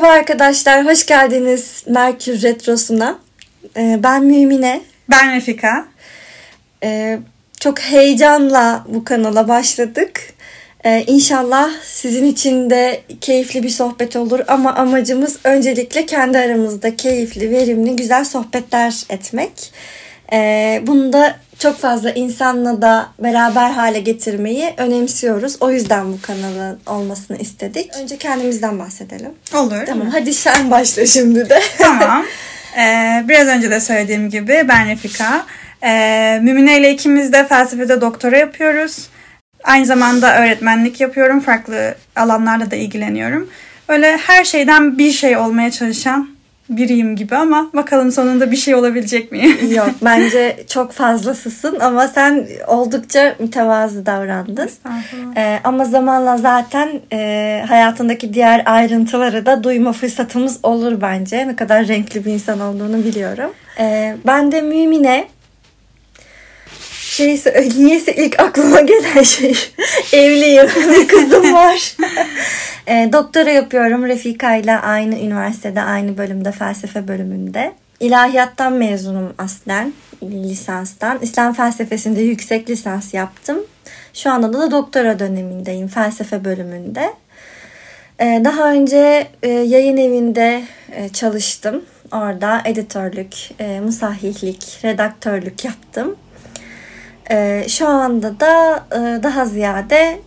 arkadaşlar, hoş geldiniz Merkür Retrosu'na. Ben Mümine. Ben Refika. Çok heyecanla bu kanala başladık. İnşallah sizin için de keyifli bir sohbet olur ama amacımız öncelikle kendi aramızda keyifli, verimli, güzel sohbetler etmek. Bunu da çok fazla insanla da beraber hale getirmeyi önemsiyoruz. O yüzden bu kanalın olmasını istedik. Önce kendimizden bahsedelim. Olur. Tamam, hadi sen başla şimdi de. Tamam. Biraz önce de söylediğim gibi ben Refika. Mümine ile ikimiz de felsefede doktora yapıyoruz. Aynı zamanda öğretmenlik yapıyorum. Farklı alanlarla da ilgileniyorum. Öyle her şeyden bir şey olmaya çalışan biriyim gibi ama bakalım sonunda bir şey olabilecek miyim? Yok, bence çok fazlasısın ama sen oldukça mütevazı davrandın. Ama zamanla zaten hayatındaki diğer ayrıntıları da duyma fırsatımız olur bence. Ne kadar renkli bir insan olduğunu biliyorum. Ben de Mümine. Niyeyse ilk aklıma gelen şey evliyim, bir kızım var. Doktora yapıyorum Refika ile aynı üniversitede, aynı bölümde, felsefe bölümünde. İlahiyattan mezunum aslen, lisanstan. İslam felsefesinde yüksek lisans yaptım. Şu anda da doktora dönemindeyim felsefe bölümünde. Daha önce yayın evinde çalıştım. Orada editörlük, musahhihlik, redaktörlük yaptım. Şu anda da daha ziyade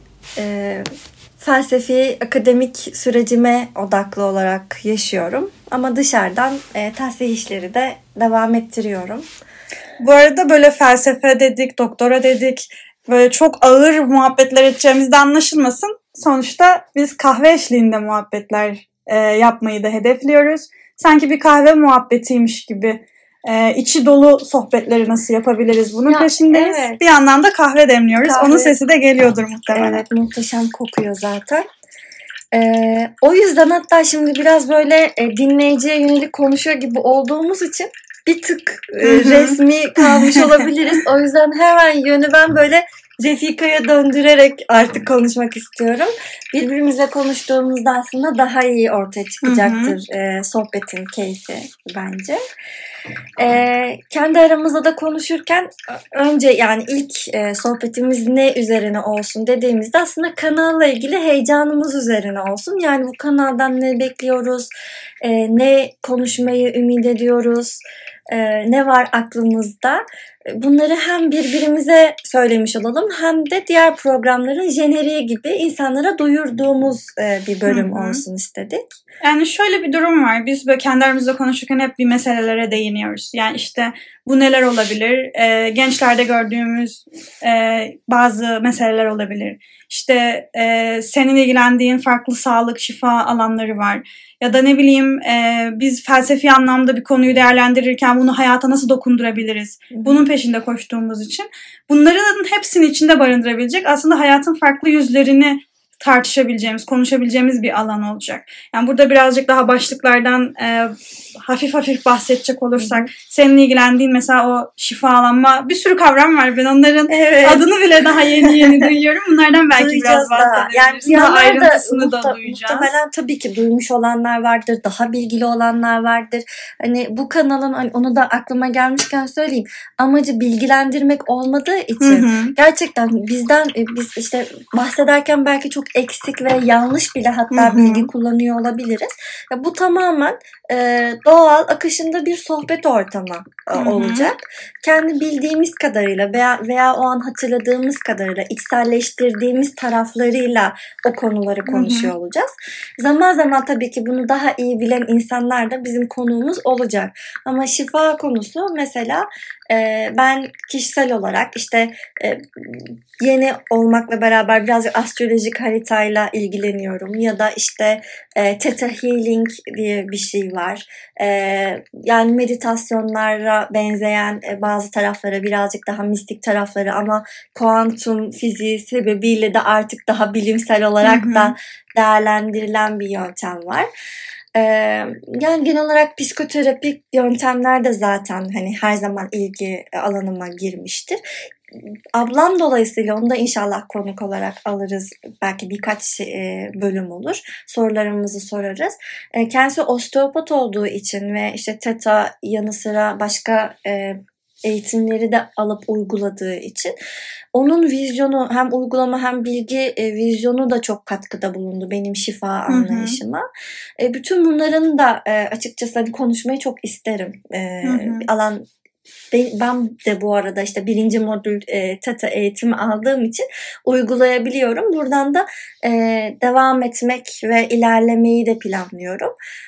felsefi akademik sürecime odaklı olarak yaşıyorum. Ama dışarıdan tahsil işleri de devam ettiriyorum. Bu arada böyle felsefe dedik, doktora dedik. Böyle çok ağır muhabbetler edeceğimiz de anlaşılmasın. Sonuçta biz kahve eşliğinde muhabbetler yapmayı da hedefliyoruz. Sanki bir kahve muhabbetiymiş gibi. İçi dolu sohbetleri nasıl yapabiliriz bunun peşindeyiz. Evet. Bir yandan da kahve demliyoruz. Onun sesi de geliyordur muhtemelen. Evet, muhteşem kokuyor zaten. O yüzden hatta şimdi biraz böyle dinleyiciye yönelik konuşuyor gibi olduğumuz için bir tık resmi kalmış olabiliriz. O yüzden hemen yönü ben böyle Refika'ya döndürerek artık konuşmak istiyorum. Birbirimizle konuştuğumuzda aslında daha iyi ortaya çıkacaktır sohbetin keyfi bence. Kendi aramızda da konuşurken önce yani ilk sohbetimiz ne üzerine olsun dediğimizde aslında kanalla ilgili heyecanımız üzerine olsun. Yani bu kanaldan ne bekliyoruz, ne konuşmayı ümit ediyoruz, ne var aklımızda. Bunları hem birbirimize söylemiş olalım hem de diğer programların jeneriği gibi insanlara duyurduğumuz bir bölüm olsun istedik. Yani şöyle bir durum var. Biz böyle kendi aramızda konuşurken hep bir meselelere değiniyoruz. Yani işte bu neler olabilir? Gençlerde gördüğümüz bazı meseleler olabilir. İşte senin ilgilendiğin farklı sağlık, şifa alanları var. Ya da ne bileyim biz felsefi anlamda bir konuyu değerlendirirken bunu hayata nasıl dokundurabiliriz? Bunun peşinde koştuğumuz için bunların hepsini içinde barındırabilecek aslında hayatın farklı yüzlerini tartışabileceğimiz, konuşabileceğimiz bir alan olacak. Yani burada birazcık daha başlıklardan hafif hafif bahsedecek olursak, senin ilgilendiğin mesela o şifalanma, bir sürü kavram var. Ben onların adını bile daha yeni duyuyorum. Bunlardan belki duyacağız biraz bahsedebiliriz. Yani daha ayrıntısını da duyacağız. Muhtemelen tabii ki duymuş olanlar vardır, daha bilgili olanlar vardır. Hani bu kanalın, hani onu da aklıma gelmişken söyleyeyim, amacı bilgilendirmek olmadığı için gerçekten biz işte bahsederken belki çok eksik ve yanlış bile hatta bilgi kullanıyor olabiliriz. Ya bu tamamen doğal akışında bir sohbet ortamı olacak. Kendi bildiğimiz kadarıyla veya o an hatırladığımız kadarıyla içselleştirdiğimiz taraflarıyla o konuları konuşuyor olacağız. Zaman zaman tabii ki bunu daha iyi bilen insanlar da bizim konuğumuz olacak. Ama şifa konusu mesela ben kişisel olarak işte yeni olmakla beraber birazcık astrolojik haritayla ilgileniyorum ya da işte Theta Healing diye bir şey var. Yani meditasyonlara benzeyen bazı tarafları, birazcık daha mistik tarafları ama kuantum fiziği sebebiyle de artık daha bilimsel olarak da değerlendirilen bir yöntem var. Yani genel olarak psikoterapik yöntemler de zaten hani her zaman ilgi alanıma girmiştir. ablam dolayısıyla onu da inşallah konuk olarak alırız. Belki birkaç bölüm olur. Sorularımızı sorarız. Kendisi osteopat olduğu için ve işte Theta yanı sıra başka eğitimleri de alıp uyguladığı için onun vizyonu, hem uygulama hem bilgi vizyonu da çok katkıda bulundu benim şifa anlayışıma. Bütün bunların da açıkçası hani konuşmayı çok isterim. Alan ben de bu arada işte 1. modül Theta eğitimi aldığım için uygulayabiliyorum. Buradan da devam etmek ve ilerlemeyi de planlıyorum.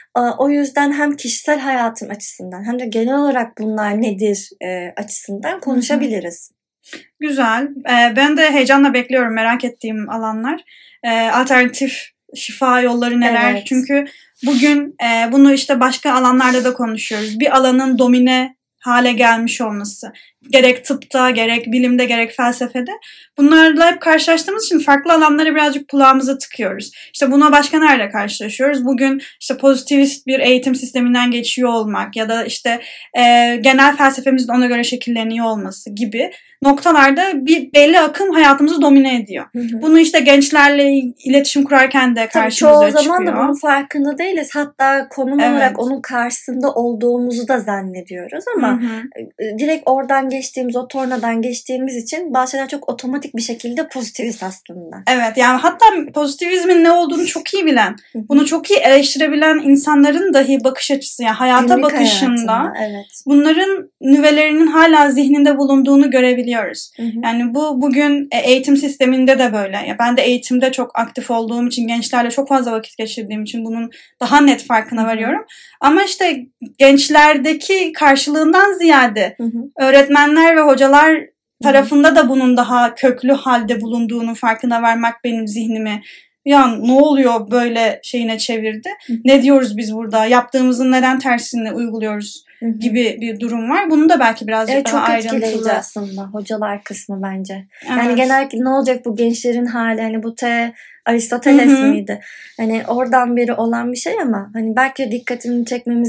O yüzden hem kişisel hayatım açısından hem de genel olarak bunlar nedir açısından konuşabiliriz. Güzel. Ben de heyecanla bekliyorum merak ettiğim alanlar. Alternatif şifa yolları neler? Evet. Çünkü bugün bunu işte başka alanlarda da konuşuyoruz. Bir alanın domine hale gelmiş olması. Gerek tıpta, gerek bilimde, gerek felsefede. Bunlarla hep karşılaştığımız için farklı alanlara birazcık kulağımızı tıkıyoruz. İşte buna başka nerede karşılaşıyoruz? Bugün işte pozitivist bir eğitim sisteminden geçiyor olmak ya da işte genel felsefemizin ona göre şekilleniyor olması gibi noktalarda bir belli akım hayatımızı domine ediyor. Bunu işte gençlerle iletişim kurarken de karşımıza çıkıyor. Çoğu zaman da bunun farkında değiliz. Hatta konum olarak onun karşısında olduğumuzu da zannediyoruz ama direkt oradan geçtiğimiz, o tornadan geçtiğimiz için bazı şeyler çok otomatik bir şekilde pozitivist aslında. Evet, yani hatta pozitivizmin ne olduğunu çok iyi bilen, bunu çok iyi eleştirebilen insanların dahi bakış açısı, yani hayata günlük bakışında bunların nüvelerinin hala zihninde bulunduğunu görebiliyoruz. Yani bu bugün eğitim sisteminde de böyle. Ya ben de eğitimde çok aktif olduğum için, gençlerle çok fazla vakit geçirdiğim için bunun daha net farkına varıyorum. Ama işte gençlerdeki karşılığından ziyade öğretmenler ve hocalar tarafında da bunun daha köklü halde bulunduğunu farkına varmak benim zihnimi ya ne oluyor böyle şeyine çevirdi. Ne diyoruz biz burada? Yaptığımızın neden tersini uyguluyoruz gibi bir durum var. Bunu da belki birazcık daha ayrıntılı. Çok etkileyici aslında hocalar kısmı bence. Evet. Yani genellikle ne olacak bu gençlerin hali? Hani bu Aristoteles miydi? Hani oradan beri olan bir şey ama hani belki dikkati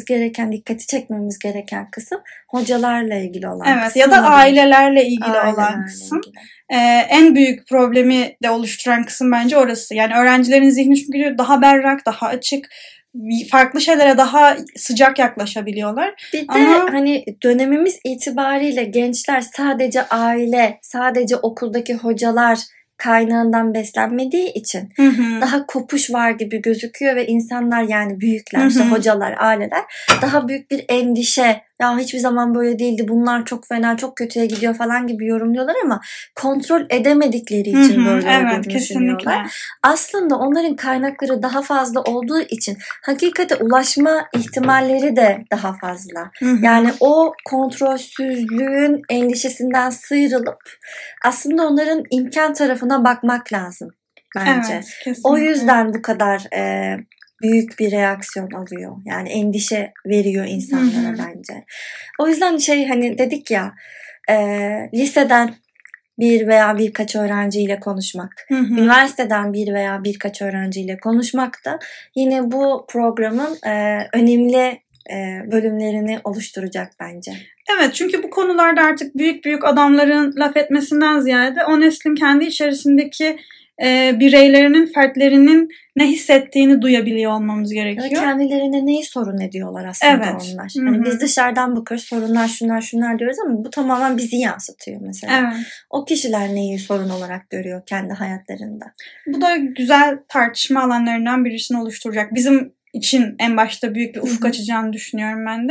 çekmemiz gereken kısım hocalarla ilgili olan kısım. Ya da ailelerle ilgili olan kısım. En büyük problemi de oluşturan kısım bence orası. Yani öğrencilerin zihni çünkü daha berrak, daha açık, farklı şeylere daha sıcak yaklaşabiliyorlar. Bir de hani dönemimiz itibariyle gençler sadece aile, sadece okuldaki hocalar kaynağından beslenmediği için daha kopuş var gibi gözüküyor ve insanlar, yani büyükler, işte hocalar, aileler daha büyük bir endişe, ya hiçbir zaman böyle değildi, bunlar çok fena, çok kötüye gidiyor falan gibi yorumluyorlar ama kontrol edemedikleri için böyle olduğunu düşünüyorlar. Aslında onların kaynakları daha fazla olduğu için hakikate ulaşma ihtimalleri de daha fazla. Yani o kontrolsüzlüğün endişesinden sıyrılıp aslında onların imkan tarafına bakmak lazım bence. O yüzden bu kadar büyük bir reaksiyon alıyor. Yani endişe veriyor insanlara bence. O yüzden hani dedik ya, liseden bir veya birkaç öğrenciyle konuşmak, üniversiteden bir veya birkaç öğrenciyle konuşmak da yine bu programın önemli bölümlerini oluşturacak bence. Evet, çünkü bu konularda artık büyük adamların laf etmesinden ziyade o neslin kendi içerisindeki bireylerinin, fertlerinin ne hissettiğini duyabiliyor olmamız gerekiyor. Kendilerine neyi sorun ediyorlar aslında onlar. Hani biz dışarıdan bakıyoruz, sorunlar şunlar diyoruz ama bu tamamen bizi yansıtıyor mesela. O kişiler neyi sorun olarak görüyor kendi hayatlarında. Bu da güzel tartışma alanlarından birisini oluşturacak. Bizim için en başta büyük bir ufuk açacağını düşünüyorum ben de.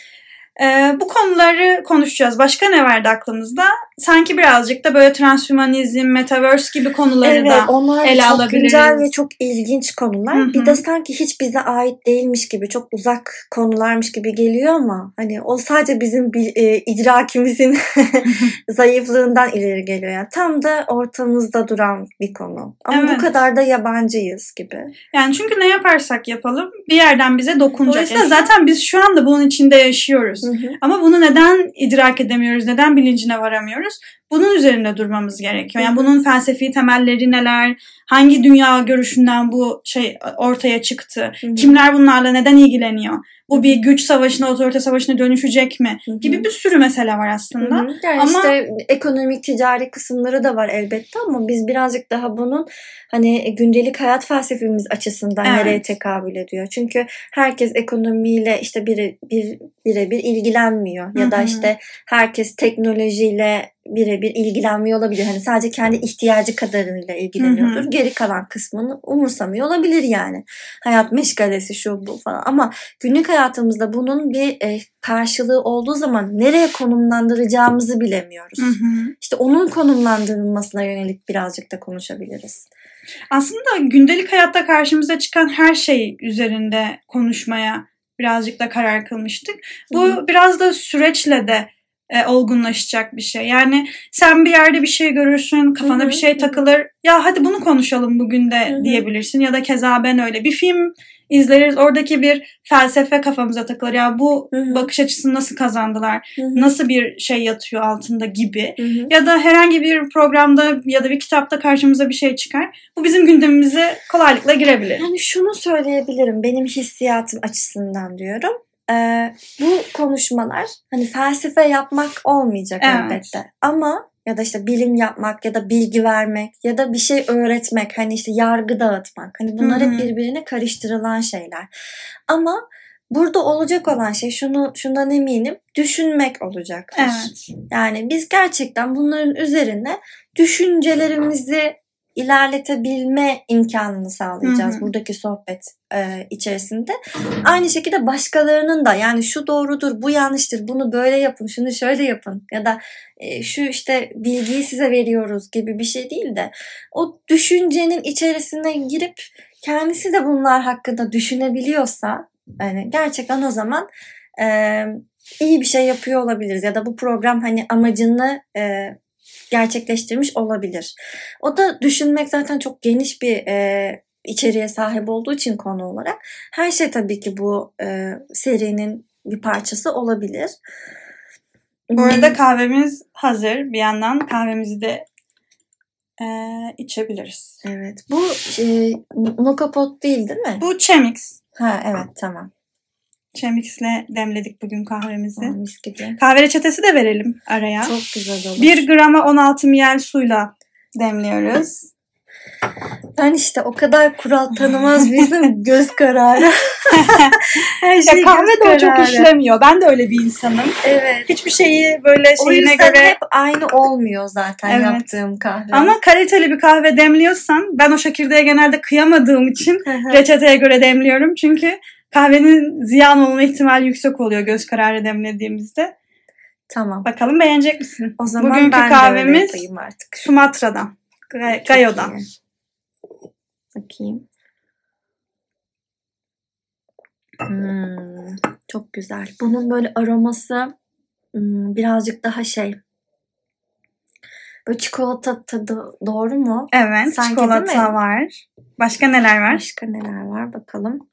Bu konuları konuşacağız. Başka ne vardı aklımızda? Sanki birazcık da böyle transhümanizm, metaverse gibi konuları da ele alabiliriz. Evet, onlar çok güncel ve çok ilginç konular. Bir de sanki hiç bize ait değilmiş gibi, çok uzak konularmış gibi geliyor ama hani o sadece bizim idrakimizin zayıflığından ileri geliyor. Yani tam da ortamızda duran bir konu. Ama bu kadar da yabancıyız gibi. Yani çünkü ne yaparsak yapalım bir yerden bize dokunacak. Yani zaten biz şu anda bunun içinde yaşıyoruz. Ama bunu neden idrak edemiyoruz? Neden bilincine varamıyoruz? bunun üzerinde durmamız gerekiyor. Yani bunun felsefi temelleri neler, hangi dünya görüşünden bu şey ortaya çıktı, kimler bunlarla neden ilgileniyor, bu bir güç savaşına, otorite savaşına dönüşecek mi gibi bir sürü mesele var aslında. Yani ama işte ekonomik, ticari kısımları da var elbette ama biz birazcık daha bunun hani gündelik hayat felsefemiz açısından nereye tekabül ediyor. Çünkü herkes ekonomiyle işte birebir ilgilenmiyor ya da işte herkes teknolojiyle birebir ilgilenmiyor olabilir. Hani sadece kendi ihtiyacı kadarıyla ilgileniyordur. Geri kalan kısmını umursamıyor olabilir yani. Hayat meşgalesi şu bu falan. Ama günlük hayatımızda bunun bir karşılığı olduğu zaman nereye konumlandıracağımızı bilemiyoruz. İşte onun konumlandırılmasına yönelik birazcık da konuşabiliriz. Aslında gündelik hayatta karşımıza çıkan her şey üzerinde konuşmaya birazcık da karar kılmıştık. Bu biraz da süreçle de olgunlaşacak bir şey. Yani sen bir yerde bir şey görürsün, kafana bir şey takılır. Ya hadi bunu konuşalım bugün de diyebilirsin. Ya da keza ben öyle. Bir film izleriz. Oradaki bir felsefe kafamıza takılır. Ya bu bakış açısını nasıl kazandılar? Nasıl bir şey yatıyor altında gibi. Ya da herhangi bir programda ya da bir kitapta karşımıza bir şey çıkar. Bu bizim gündemimize kolaylıkla girebilir. Yani şunu söyleyebilirim. Benim hissiyatım açısından diyorum. Bu konuşmalar hani felsefe yapmak olmayacak elbette. Ama ya da işte bilim yapmak ya da bilgi vermek ya da bir şey öğretmek, hani işte yargı dağıtmak. Hani bunlar hep birbirine karıştırılan şeyler. Ama burada olacak olan şey şundan eminim, düşünmek olacaktır. Yani biz gerçekten bunların üzerine düşüncelerimizi ilerletebilme imkanını sağlayacağız buradaki sohbet içerisinde. Aynı şekilde başkalarının da yani şu doğrudur, bu yanlıştır, bunu böyle yapın, şunu şöyle yapın ya da şu işte bilgiyi size veriyoruz gibi bir şey değil de o düşüncenin içerisine girip kendisi de bunlar hakkında düşünebiliyorsa yani gerçekten o zaman iyi bir şey yapıyor olabiliriz ya da bu program hani amacını gerçekleştirmiş olabilir. O da düşünmek zaten çok geniş bir içeriğe sahip olduğu için konu olarak her şey tabii ki bu serinin bir parçası olabilir. Bu arada kahvemiz hazır. Bir yandan kahvemizi de içebiliriz. Evet. Bu moka pot değil mi? Bu Chemix. Ha evet, tamam. Chemix'le demledik bugün kahvemizi. Mis gibi. Kahve reçetesi de verelim araya. Çok güzel olur. 1 grama 16 ml suyla demliyoruz. Ben işte o kadar kural tanımaz bizim göz kararı. Her şey kahve de o çok işlemiyor. Ben de öyle bir insanım. Evet. Hiçbir şeyi böyle şeyine göre... O yüzden hep aynı olmuyor zaten yaptığım kahve. Ama kaliteli bir kahve demliyorsan ben o çekirdeğe genelde kıyamadığım için reçeteye göre demliyorum. Çünkü kahvenin ziyan olma ihtimali yüksek oluyor göz kararı demlediğimizde. Tamam. Bakalım beğenecek misin? O zaman bugünkü ben kahvemiz de yapayım artık. Sumatra'dan. Gayo'dan. Bakayım. Çok güzel. Bunun böyle aroması birazcık daha böyle çikolata tadı, doğru mu? Evet, sanki çikolata var. Başka neler var? Başka neler var bakalım.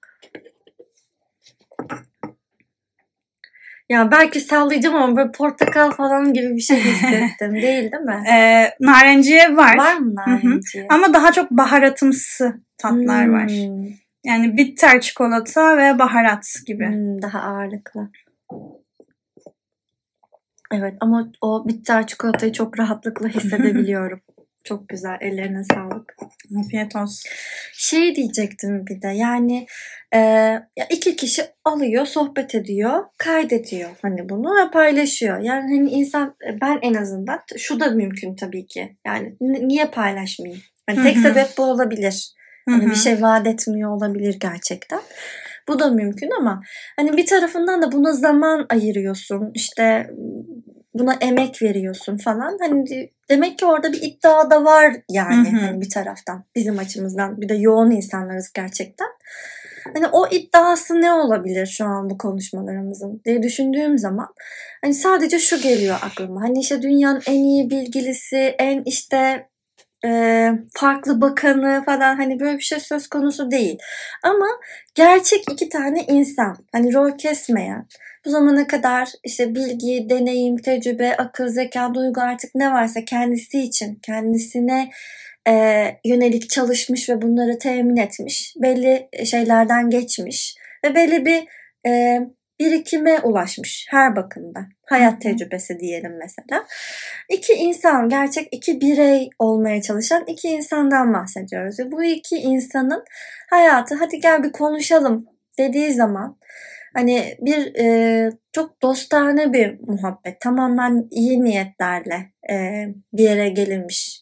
Ya belki sallayacağım ama böyle portakal falan gibi bir şey hissettim. değil mi? Narenciye var. Var mı narenciye? Ama daha çok baharatımsı tatlar var. Yani bitter çikolata ve baharat gibi. Daha ağırlıklı. Evet ama o bitter çikolatayı çok rahatlıkla hissedebiliyorum. Çok güzel. Ellerine sağlık. Afiyet olsun. Diyecektim bir de yani iki kişi alıyor, sohbet ediyor, kaydediyor hani bunu ve paylaşıyor. Yani hani insan, ben en azından şu da mümkün tabii ki. Yani niye paylaşmayayım? Hani tek sebep bu olabilir. Hani bir şey vaat etmiyor olabilir gerçekten. Bu da mümkün ama hani bir tarafından da buna zaman ayırıyorsun. İşte buna emek veriyorsun falan. Hani demek ki orada bir iddia da var yani hani bir taraftan bizim açımızdan. Bir de yoğun insanlarız gerçekten. Hani o iddiası ne olabilir şu an bu konuşmalarımızın diye düşündüğüm zaman hani sadece şu geliyor aklıma. Hani işte dünyanın en iyi bilgilisi, en işte farklı bakanı falan, hani böyle bir şey söz konusu değil. Ama gerçek iki tane insan, hani rol kesmeyen, bu zamana kadar işte bilgi, deneyim, tecrübe, akıl, zeka, duygu artık ne varsa kendisi için, kendisine yönelik çalışmış ve bunları temin etmiş. Belli şeylerden geçmiş ve belli bir birikime ulaşmış her bakımda. Hayat tecrübesi diyelim mesela. İki insan, gerçek iki birey olmaya çalışan iki insandan bahsediyoruz. Ve bu iki insanın hayatı, hadi gel bir konuşalım dediği zaman hani bir çok dostane bir muhabbet, tamamen iyi niyetlerle bir yere gelinmiş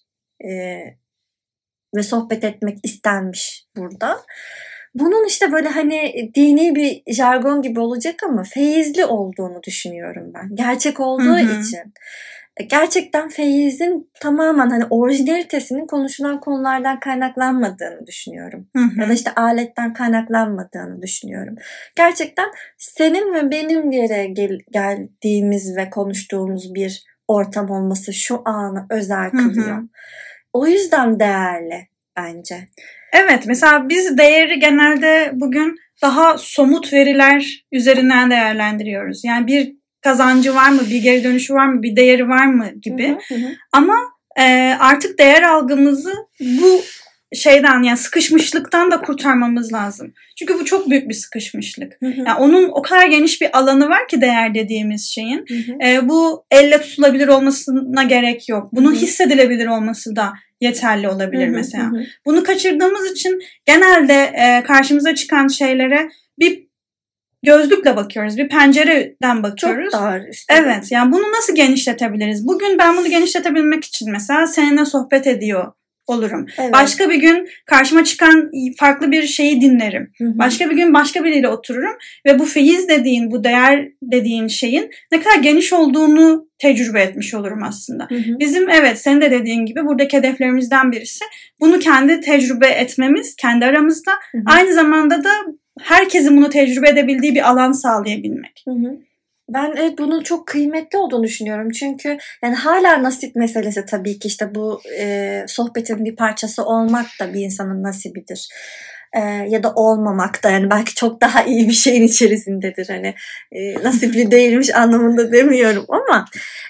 ve sohbet etmek istenmiş burada. Bunun işte böyle hani dini bir jargon gibi olacak ama feyizli olduğunu düşünüyorum ben. Gerçek olduğu için. Gerçekten feyizin tamamen hani orijinalitesinin konuşulan konulardan kaynaklanmadığını düşünüyorum. Ya da işte aletten kaynaklanmadığını düşünüyorum. Gerçekten senin ve benim bir yere geldiğimiz ve konuştuğumuz bir ortam olması şu anı özel kılıyor. O yüzden değerli bence. Evet, mesela biz değeri genelde bugün daha somut veriler üzerinden değerlendiriyoruz. Yani bir kazancı var mı, bir geri dönüşü var mı, bir değeri var mı gibi. Ama artık değer algımızı bu şeyden, yani sıkışmışlıktan da kurtarmamız lazım. Çünkü bu çok büyük bir sıkışmışlık. Yani onun o kadar geniş bir alanı var ki değer dediğimiz şeyin. Bu elle tutulabilir olmasına gerek yok. Bunun hissedilebilir olması da yeterli olabilir mesela. Bunu kaçırdığımız için genelde karşımıza çıkan şeylere bir gözlükle bakıyoruz. Bir pencereden bakıyoruz. Çok dar işte. Evet, yani bunu nasıl genişletebiliriz? Bugün ben bunu genişletebilmek için mesela seninle sohbet ediyor olurum. Evet. Başka bir gün karşıma çıkan farklı bir şeyi dinlerim. Başka bir gün başka biriyle otururum ve bu feyiz dediğin, bu değer dediğin şeyin ne kadar geniş olduğunu tecrübe etmiş olurum aslında. Bizim evet, senin de dediğin gibi buradaki hedeflerimizden birisi bunu kendi tecrübe etmemiz, kendi aramızda. Aynı zamanda da herkesin bunu tecrübe edebildiği bir alan sağlayabilmek. Ben bunun çok kıymetli olduğunu düşünüyorum. Çünkü yani hala nasip meselesi tabii ki, işte bu sohbetin bir parçası olmak da bir insanın nasibidir. Ya da olmamak da, yani belki çok daha iyi bir şeyin içerisindedir. Hani nasipli değilmiş anlamında demiyorum ama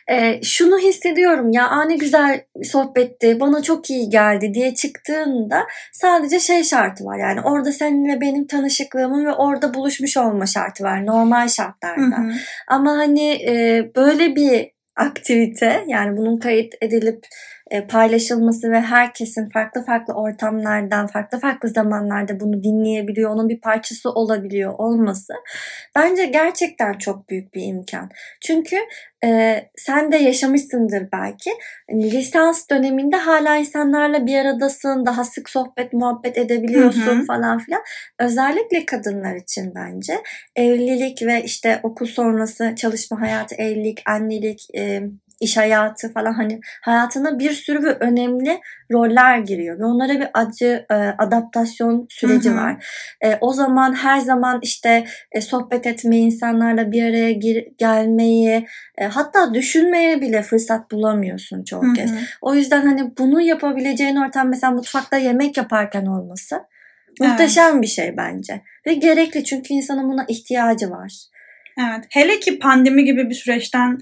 şunu hissediyorum ya, ne güzel sohbetti, bana çok iyi geldi diye çıktığında sadece şey şartı var, yani orada seninle benim tanışıklığımın ve orada buluşmuş olma şartı var normal şartlarda. Ama hani böyle bir aktivite, yani bunun kayıt edilip paylaşılması ve herkesin farklı farklı ortamlardan, farklı farklı zamanlarda bunu dinleyebiliyor, onun bir parçası olabiliyor olması bence gerçekten çok büyük bir imkan. Çünkü sen de yaşamışsındır belki. Lisans döneminde hala insanlarla bir aradasın, daha sık sohbet, muhabbet edebiliyorsun falan filan. Özellikle kadınlar için bence evlilik ve işte okul sonrası çalışma hayatı, evlilik, annelik, iş hayatı falan, hani hayatına bir sürü ve önemli roller giriyor ve onlara bir acı adaptasyon süreci var. O zaman her zaman işte sohbet etmeyi, insanlarla bir araya gelmeyi, hatta düşünmeye bile fırsat bulamıyorsun çoğu kez. O yüzden hani bunu yapabileceğin ortam, mesela mutfakta yemek yaparken olması muhteşem bir şey bence ve gerekli, çünkü insanın buna ihtiyacı var. Evet. Hele ki pandemi gibi bir süreçten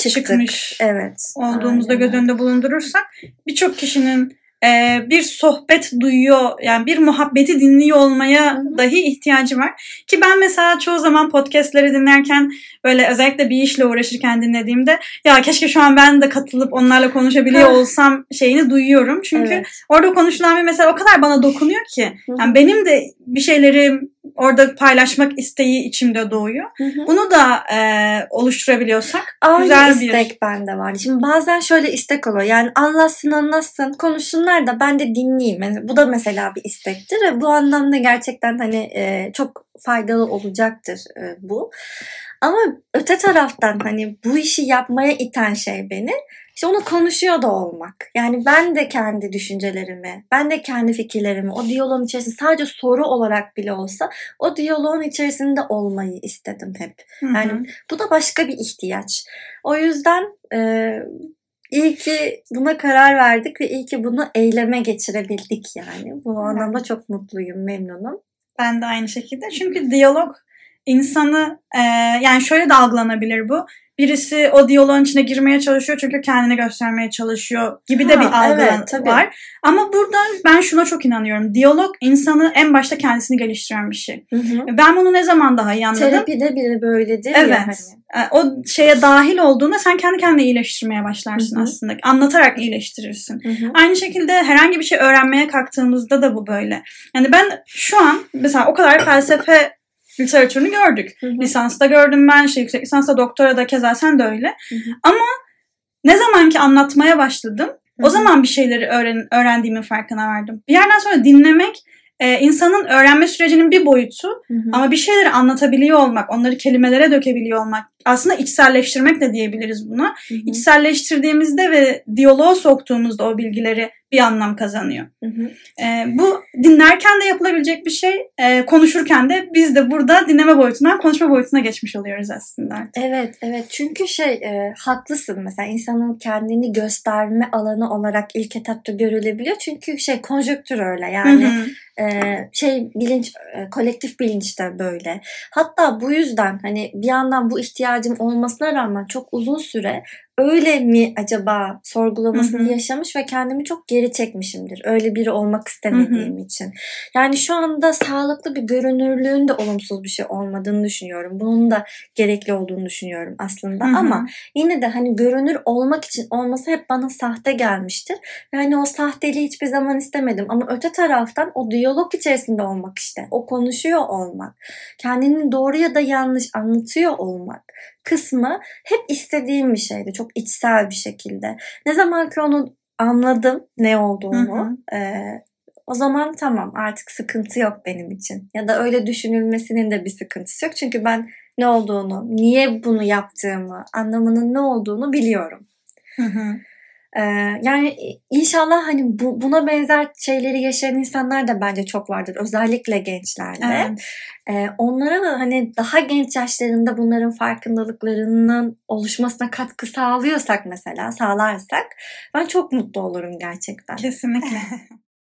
çıkmış olduğumuzda göz önünde bulundurursak birçok kişinin bir sohbet duyuyor, yani bir muhabbeti dinliyor olmaya dahi ihtiyacı var. Ki ben mesela çoğu zaman podcastleri dinlerken, böyle özellikle bir işle uğraşırken dinlediğimde, ya keşke şu an ben de katılıp onlarla konuşabiliyor olsam şeyini duyuyorum. Çünkü orada konuşulan bir mesele o kadar bana dokunuyor ki. Yani benim de bir şeyleri orada paylaşmak isteği içimde doğuyor. Bunu da oluşturabiliyorsak güzel bir istek bende var. Şimdi bazen şöyle istek oluyor. Yani anlatsın, konuşsunlar da ben de dinleyeyim. Yani bu da mesela bir istektir ve bu anlamda gerçekten hani çok faydalı olacaktır bu. Ama öte taraftan hani bu işi yapmaya iten şey beni, İşte onu konuşuyor da olmak. Yani ben de kendi düşüncelerimi, ben de kendi fikirlerimi o diyaloğun içerisinde, sadece soru olarak bile olsa o diyaloğun içerisinde olmayı istedim hep. Yani bu da başka bir ihtiyaç. O yüzden iyi ki buna karar verdik ve iyi ki bunu eyleme geçirebildik yani. Bu anlamda çok mutluyum, memnunum. Ben de aynı şekilde. Çünkü diyalog insanı yani şöyle de algılanabilir bu. Birisi o diyaloğun içine girmeye çalışıyor çünkü kendini göstermeye çalışıyor gibi de bir algı var. Ama burada ben şuna çok inanıyorum. Diyalog insanı en başta kendisini geliştiren bir şey. Ben bunu ne zaman daha iyi anladım? Terapide bile böyledir. Evet. Ya hani. O şeye dahil olduğunda sen kendi kendine iyileştirmeye başlarsın aslında. Anlatarak iyileştirirsin. Aynı şekilde herhangi bir şey öğrenmeye kalktığımızda da bu böyle. Yani ben şu an mesela o kadar felsefe literatürünü gördük. Lisansta gördüm ben, yüksek lisansta, doktora da keza sen de öyle. Ama ne zaman ki anlatmaya başladım, o zaman bir şeyleri öğrendiğimin farkına vardım. Bir yerden sonra dinlemek insanın öğrenme sürecinin bir boyutu ama bir şeyleri anlatabiliyor olmak, onları kelimelere dökebiliyor olmak, aslında içselleştirmek de diyebiliriz buna. İçselleştirdiğimizde ve diyaloğa soktuğumuzda o bilgileri bir anlam kazanıyor. Bu dinlerken de yapılabilecek bir şey, konuşurken de biz de burada dinleme boyutundan konuşma boyutuna geçmiş oluyoruz aslında. Evet. Çünkü haklısın, mesela insanın kendini gösterme alanı olarak ilk etapta görülebiliyor. Çünkü konjonktür öyle yani. Bilinç, kolektif bilinç de böyle. Hatta bu yüzden hani bir yandan bu ihtiyacım olmasına rağmen çok uzun süre öyle mi acaba sorgulamasını yaşamış ve kendimi çok geri çekmişimdir. Öyle biri olmak istemediğim için. Yani şu anda sağlıklı bir görünürlüğün de olumsuz bir şey olmadığını düşünüyorum. Bunun da gerekli olduğunu düşünüyorum aslında. Ama yine de hani görünür olmak için olması hep bana sahte gelmiştir. Yani o sahteliği hiçbir zaman istemedim. Ama öte taraftan o diyalog içerisinde olmak işte. O konuşuyor olmak. Kendini doğru ya da yanlış anlatıyor olmak kısmı hep istediğim bir şeydi. Çok içsel bir şekilde. Ne zaman ki onu anladım ne olduğunu, o zaman tamam, artık sıkıntı yok benim için. Ya da öyle düşünülmesinin de bir sıkıntısı yok. Çünkü ben ne olduğunu, niye bunu yaptığımı, anlamının ne olduğunu biliyorum. Yani inşallah hani buna benzer şeyleri yaşayan insanlar da bence çok vardır. Özellikle gençlerde. Onlara da hani daha genç yaşlarında bunların farkındalıklarının oluşmasına katkı sağlarsak ben çok mutlu olurum gerçekten. Kesinlikle.